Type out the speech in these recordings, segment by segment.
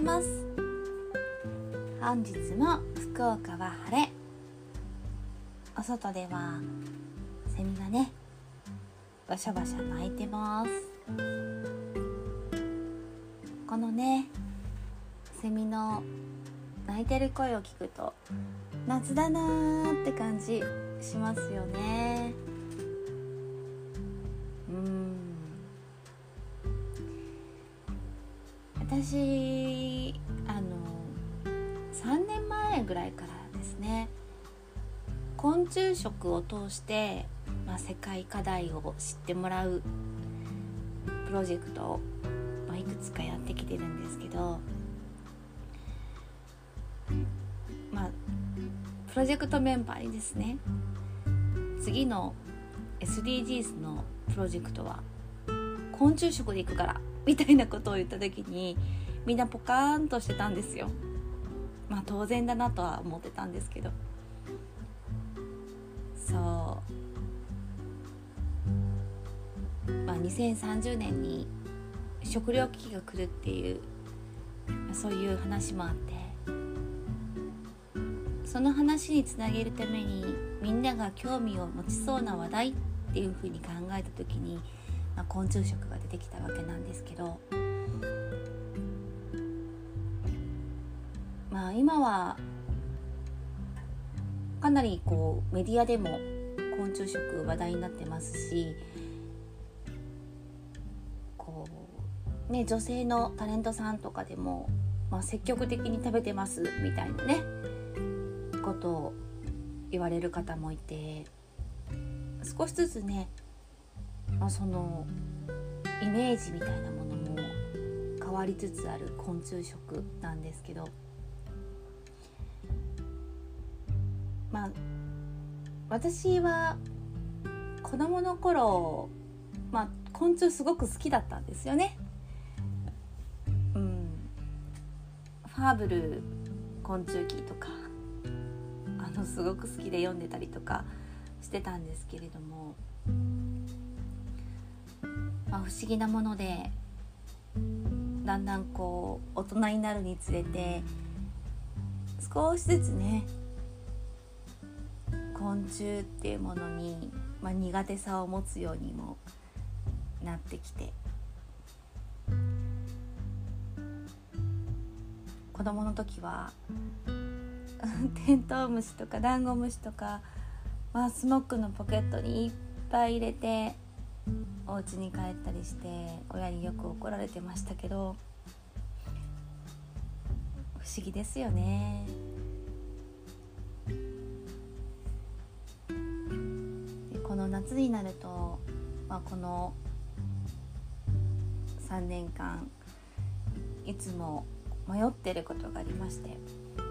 ます。本日も福岡は晴れ。お外ではセミがねバシャバシャ鳴いてます。このねセミの鳴いてる声を聞くと夏だなーって感じしますよね。私3年前ぐらいからですね、昆虫食を通して、世界課題を知ってもらうプロジェクトを、いくつかやってきてるんですけど、プロジェクトメンバーにですね、次の SDGs のプロジェクトは昆虫食で行くからみたいなことを言った時にみんなポカーンとしてたんですよ。当然だなとは思ってたんですけど、2030年に食糧危機が来るっていう、そういう話もあって、その話につなげるためにみんなが興味を持ちそうな話題っていうふうに考えた時に、昆虫食が出てきたわけなんですけど、今はかなりメディアでも昆虫食話題になってますし、女性のタレントさんとかでも、積極的に食べてますみたいなねことを言われる方もいて、少しずつね、そのイメージみたいなものも変わりつつある昆虫食なんですけど、私は子供の頃、昆虫すごく好きだったんですよね。ファーブル昆虫記とかすごく好きで読んでたりとかしてたんですけれども、不思議なもので、だんだん大人になるにつれて少しずつね昆虫っていうものに、苦手さを持つようにもなってきて、子供の時はテントウムシとかダンゴムシとか、スモックのポケットにいっぱい入れてお家に帰ったりして親によく怒られてましたけど、不思議ですよね。でこの夏になると、この3年間いつも迷っていることがありまして、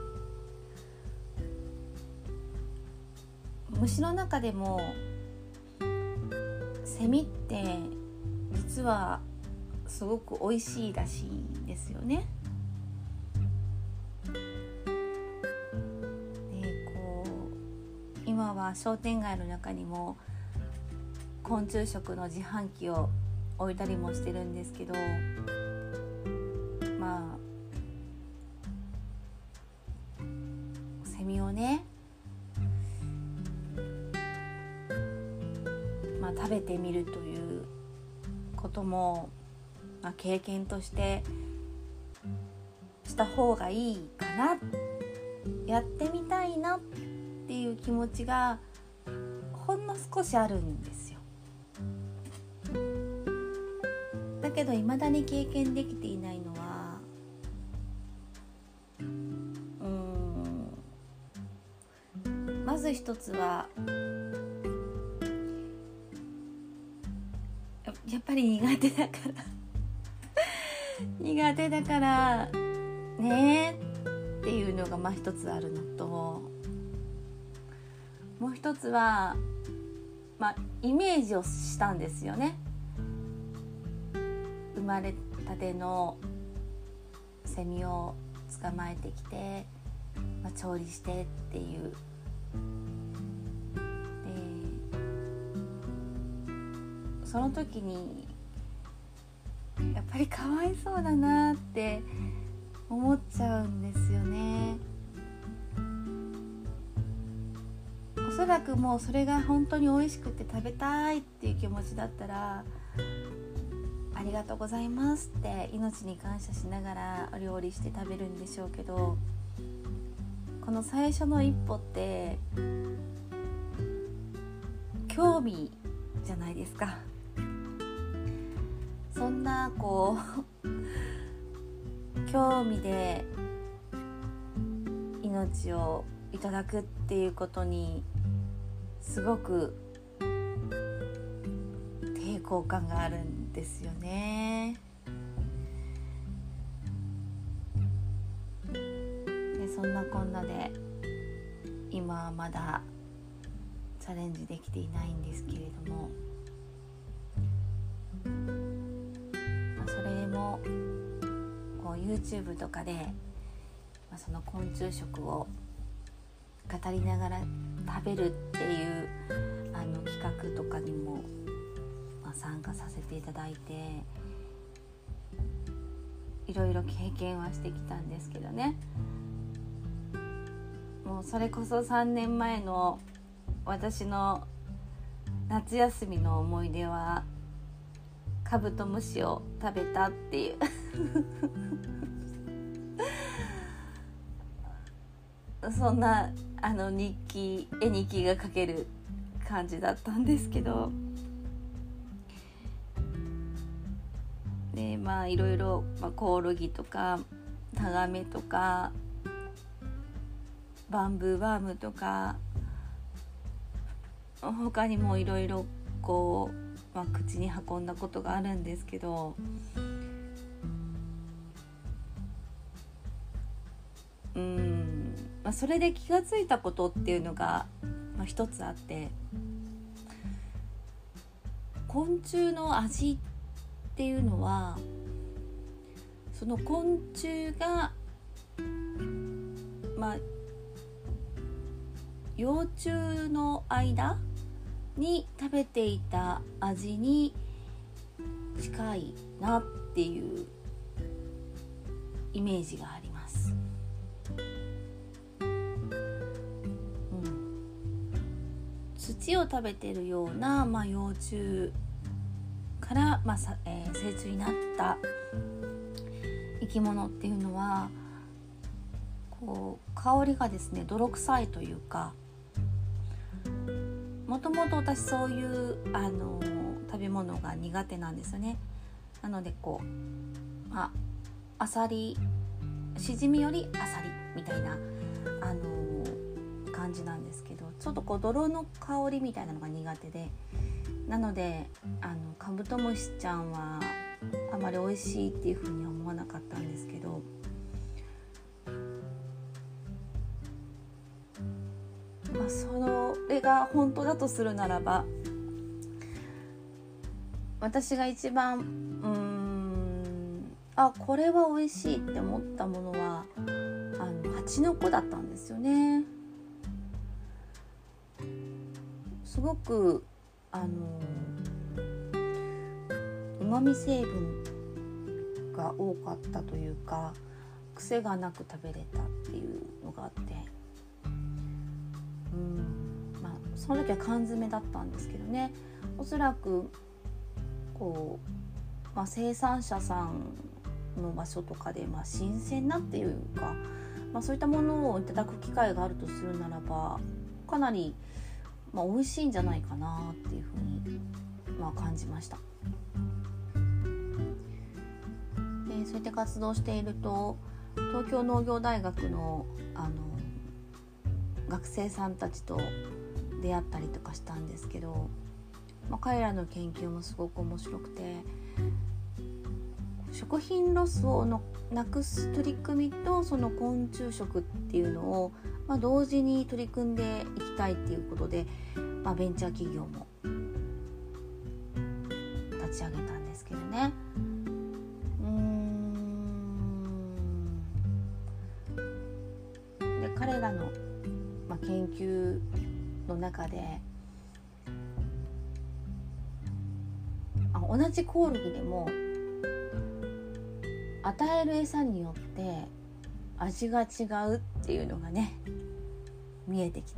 虫の中でもセミって実はすごく美味しいらしいんですよね。で今は商店街の中にも昆虫食の自販機を置いたりもしてるんですけど、セミをね、食べてみるということも、経験としてした方がいいかな、やってみたいなっていう気持ちがほんの少しあるんですよ。だけど未だに経験できていないのは、まず一つはやっぱり苦手だからねっていうのが一つあるのと、もう一つはイメージをしたんですよね。生まれたてのセミを捕まえてきて、調理してっていう、その時にやっぱりかわいそうだなって思っちゃうんですよね。おそらくもうそれが本当に美味しくて食べたいっていう気持ちだったら、ありがとうございますって命に感謝しながらお料理して食べるんでしょうけど、この最初の一歩って興味じゃないですか。そんな興味で命をいただくっていうことにすごく抵抗感があるんですよね。でそんなこんなで今はまだチャレンジできていないんですけれども、それもYouTube とかで、その昆虫食を語りながら食べるっていう企画とかにも、参加させていただいて、いろいろ経験はしてきたんですけどね。もうそれこそ3年前の私の夏休みの思い出はカブトムシを食べたっていうそんな日記が書ける感じだったんですけど、でいろいろコオロギとかタガメとかバンブーワームとか他にもいろいろ口に運んだことがあるんですけど、それで気がついたことっていうのが、一つあって、昆虫の味っていうのはその昆虫が幼虫の間に食べていた味に近いなっていうイメージがあります。土を食べているような、幼虫から、成虫になった生き物っていうのは香りがですね泥臭いというか、もともと私そういう食べ物が苦手なんですよね。なのでアサリ、シジミよりアサリみたいな感じなんですけど、ちょっと泥の香りみたいなのが苦手で、なのでカブトムシちゃんはあまり美味しいっていうふうには思わなかったんですけど、それが本当だとするならば、私が一番これは美味しいって思ったものは蜂の子だったんですよね。すごく旨味成分が多かったというか、癖がなく食べれたっていうのがあって、その時は缶詰だったんですけどね、おそらく生産者さんの場所とかで、新鮮なっていうか、そういったものをいただく機会があるとするならば、かなり、美味しいんじゃないかなっていうふうに、感じました。でそうやって活動していると、東京農業大学の学生さんたちと出会ったりとかしたんですけど、彼らの研究もすごく面白くて、食品ロスをなくす取り組みとその昆虫食っていうのを、同時に取り組んでいきたいっていうことで、ベンチャー企業も立ち上げたんですけどね。で彼らの、研究の中で同じコオロギでも与える餌によって味が違うっていうのがね見えてきて、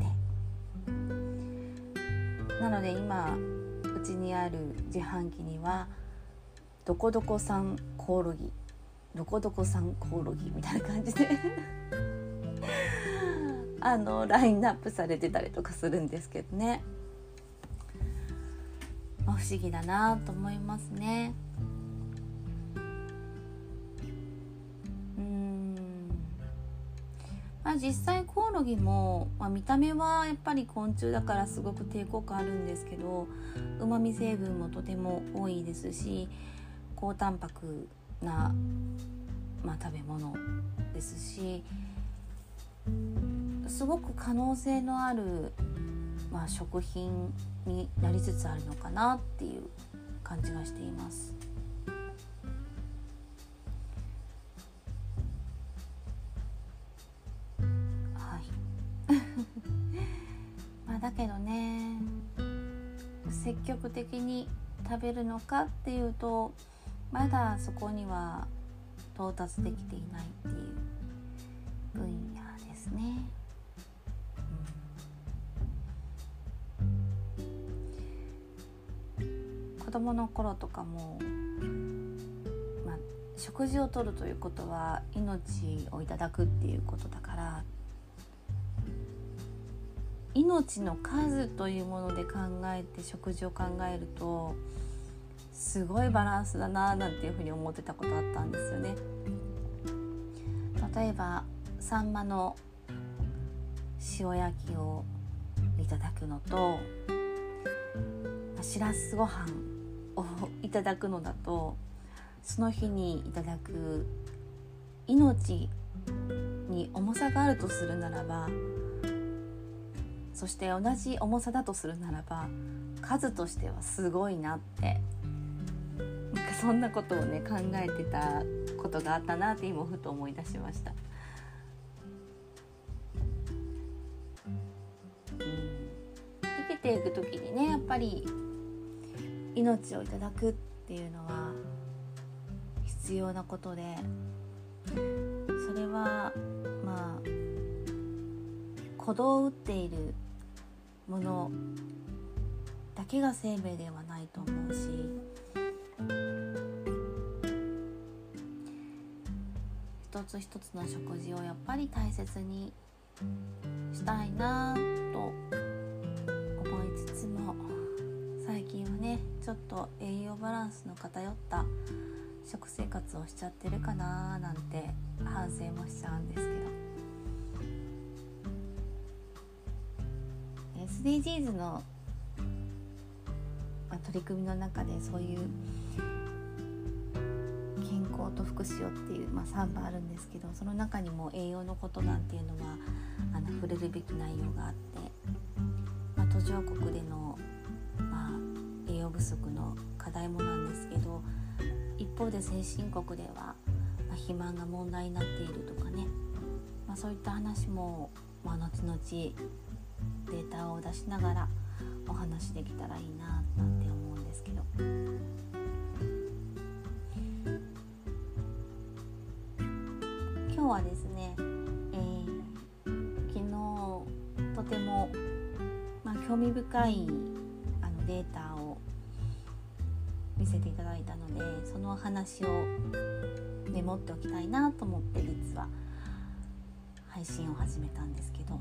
なので今うちにある自販機にはどこどこ産コオロギ、どこどこ産コオロギみたいな感じでラインナップされてたりとかするんですけどね、不思議だなと思いますね。実際コオロギも、見た目はやっぱり昆虫だからすごく抵抗感あるんですけど、旨味成分もとても多いですし、高タンパクな、食べ物ですし、すごく可能性のある、食品になりつつあるのかなっていう感じがしています。だけどね、積極的に食べるのかっていうとまだそこには到達できていないっていう分野ですね。子供の頃とかも、食事をとるということは命をいただくっていうことだから、命の数というもので考えて食事を考えるとすごいバランスだななんていうふうに思ってたことあったんですよね。例えばサンマの塩焼きをいただくのとしらすご飯をいただくのだと、その日にいただく命に重さがあるとするならば、そして同じ重さだとするならば数としてはすごいなって、そんなことをね考えてたことがあったなって今ふと思い出しました。生きていく時にね、やっぱり命をいただくっていうのは必要なことで、それは鼓動を打っているものだけが生命ではないと思うし、一つ一つの食事をやっぱり大切にしたいなと思いつつも、最近はねちょっと栄養バランスの偏った食生活をしちゃってるかななんて反省もしちゃうんですけど、SDGs の取り組みの中でそういう健康と福祉をっていう、3番あるんですけど、その中にも栄養のことなんていうのは触れるべき内容があって、途上国での、栄養不足の課題もなんですけど、一方で先進国では、肥満が問題になっているとかね、そういった話も、後々データを出しながらお話できたらいいななんて思うんですけど、今日はですね、昨日とても、興味深いデータを見せていただいたので、その話をメモっておきたいなと思って実は配信を始めたんですけど、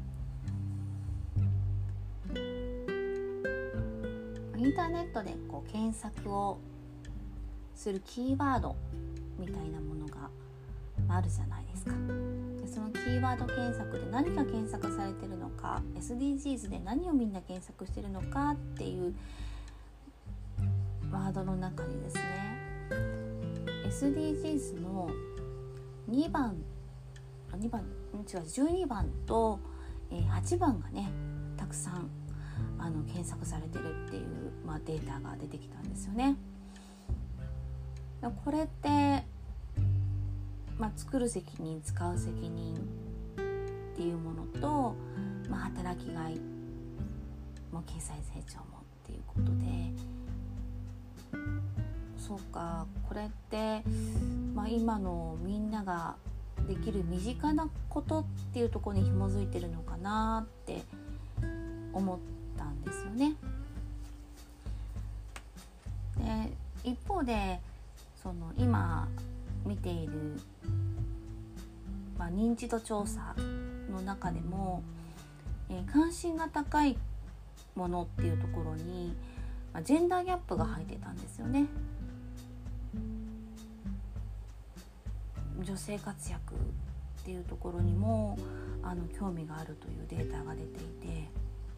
インターネットで検索をするキーワードみたいなものがあるじゃないですか。でそのキーワード検索で何が検索されてるのか、 SDGs で何をみんな検索してるのかっていうワードの中にですね、 SDGs の12番と8番がねたくさん検索されてるっていう、データが出てきたんですよね。これって、作る責任、使う責任っていうものと、働きがいも経済成長もっていうことで、そうか、これって、今のみんなができる身近なことっていうところに紐づいてるのかなって思ったんですよね。で一方で今見ている、認知度調査の中でも、関心が高いものっていうところに、ジェンダーギャップが入ってたんですよね。女性活躍っていうところにも興味があるというデータが出ていて、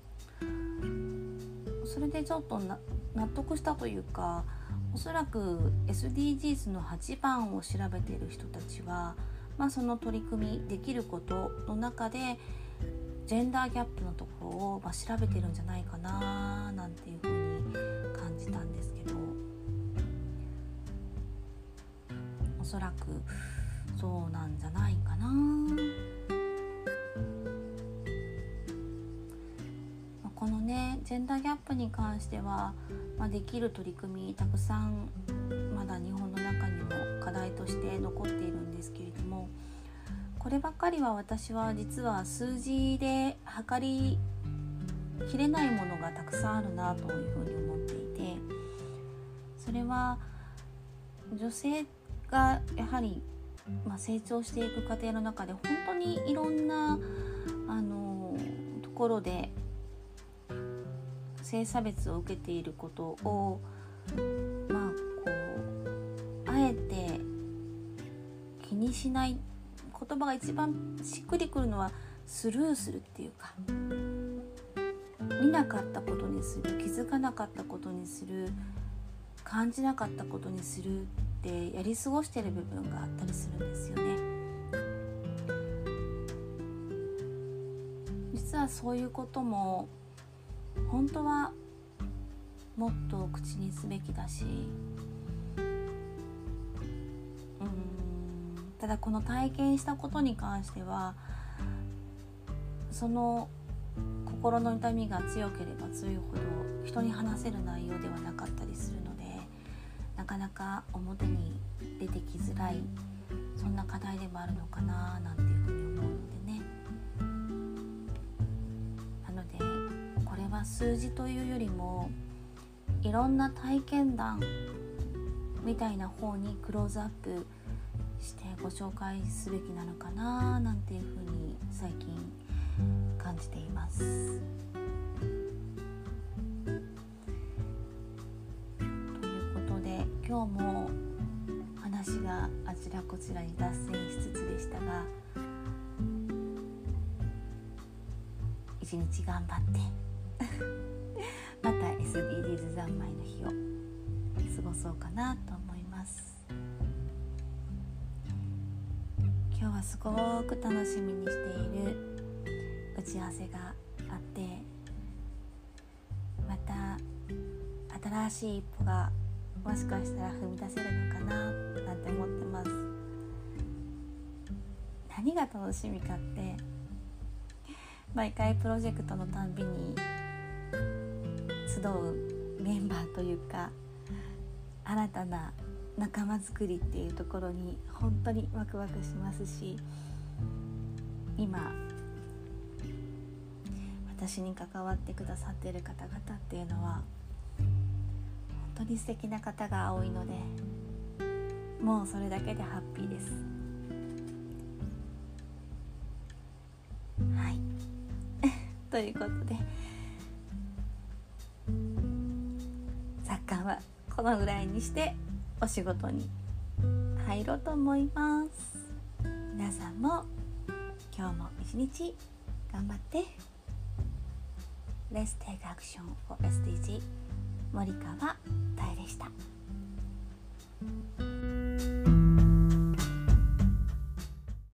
それでちょっと納得したというか、おそらく SDGs の8番を調べている人たちは、その取り組みできることの中でジェンダーギャップのところを調べてるんじゃないかななんていうふうに感じたんですけど、おそらくそうなんじゃないかな。このねジェンダーギャップに関しては、できる取り組みたくさんまだ日本の中にも課題として残っているんですけれども、こればっかりは私は実は数字で測りきれないものがたくさんあるなというふうに思っていて、それは女性がやはり成長していく過程の中で本当にいろんなところで性差別を受けていることをあえて気にしない、言葉が一番しっくりくるのはスルーするっていうか、見なかったことにする、気づかなかったことにする、感じなかったことにするってやり過ごしている部分があったりするんですよね。実はそういうことも本当はもっと口にすべきだし、ただこの体験したことに関しては、その心の痛みが強ければ強いほど人に話せる内容ではなかったりするので、なかなか表に出てきづらい、そんな課題でもあるのかななんていうふうに思うのでね。なのでこれは数字というよりもいろんな体験談みたいな方にクローズアップしてご紹介すべきなのかななんていうふうに最近感じています。ということで今日も話があちらこちらに脱線しつつでしたが、一日頑張ってまた SDGs 三昧の日を過ごそうかなと思います。今日はすごく楽しみにしている打ち合わせがあって、また新しい一歩がもしかしたら踏み出せるのかななんて思ってます。何が楽しみかって、毎回プロジェクトのたんびに集うメンバーというか、新たな仲間作りっていうところに本当にワクワクしますし、今私に関わってくださっている方々っていうのは本当に素敵な方が多いので、もうそれだけでハッピーです。はいということで、雑感はこのぐらいにしてお仕事に入ろうと思います。皆さんも今日も一日頑張って。 Let's take action for SDG 森川大でした。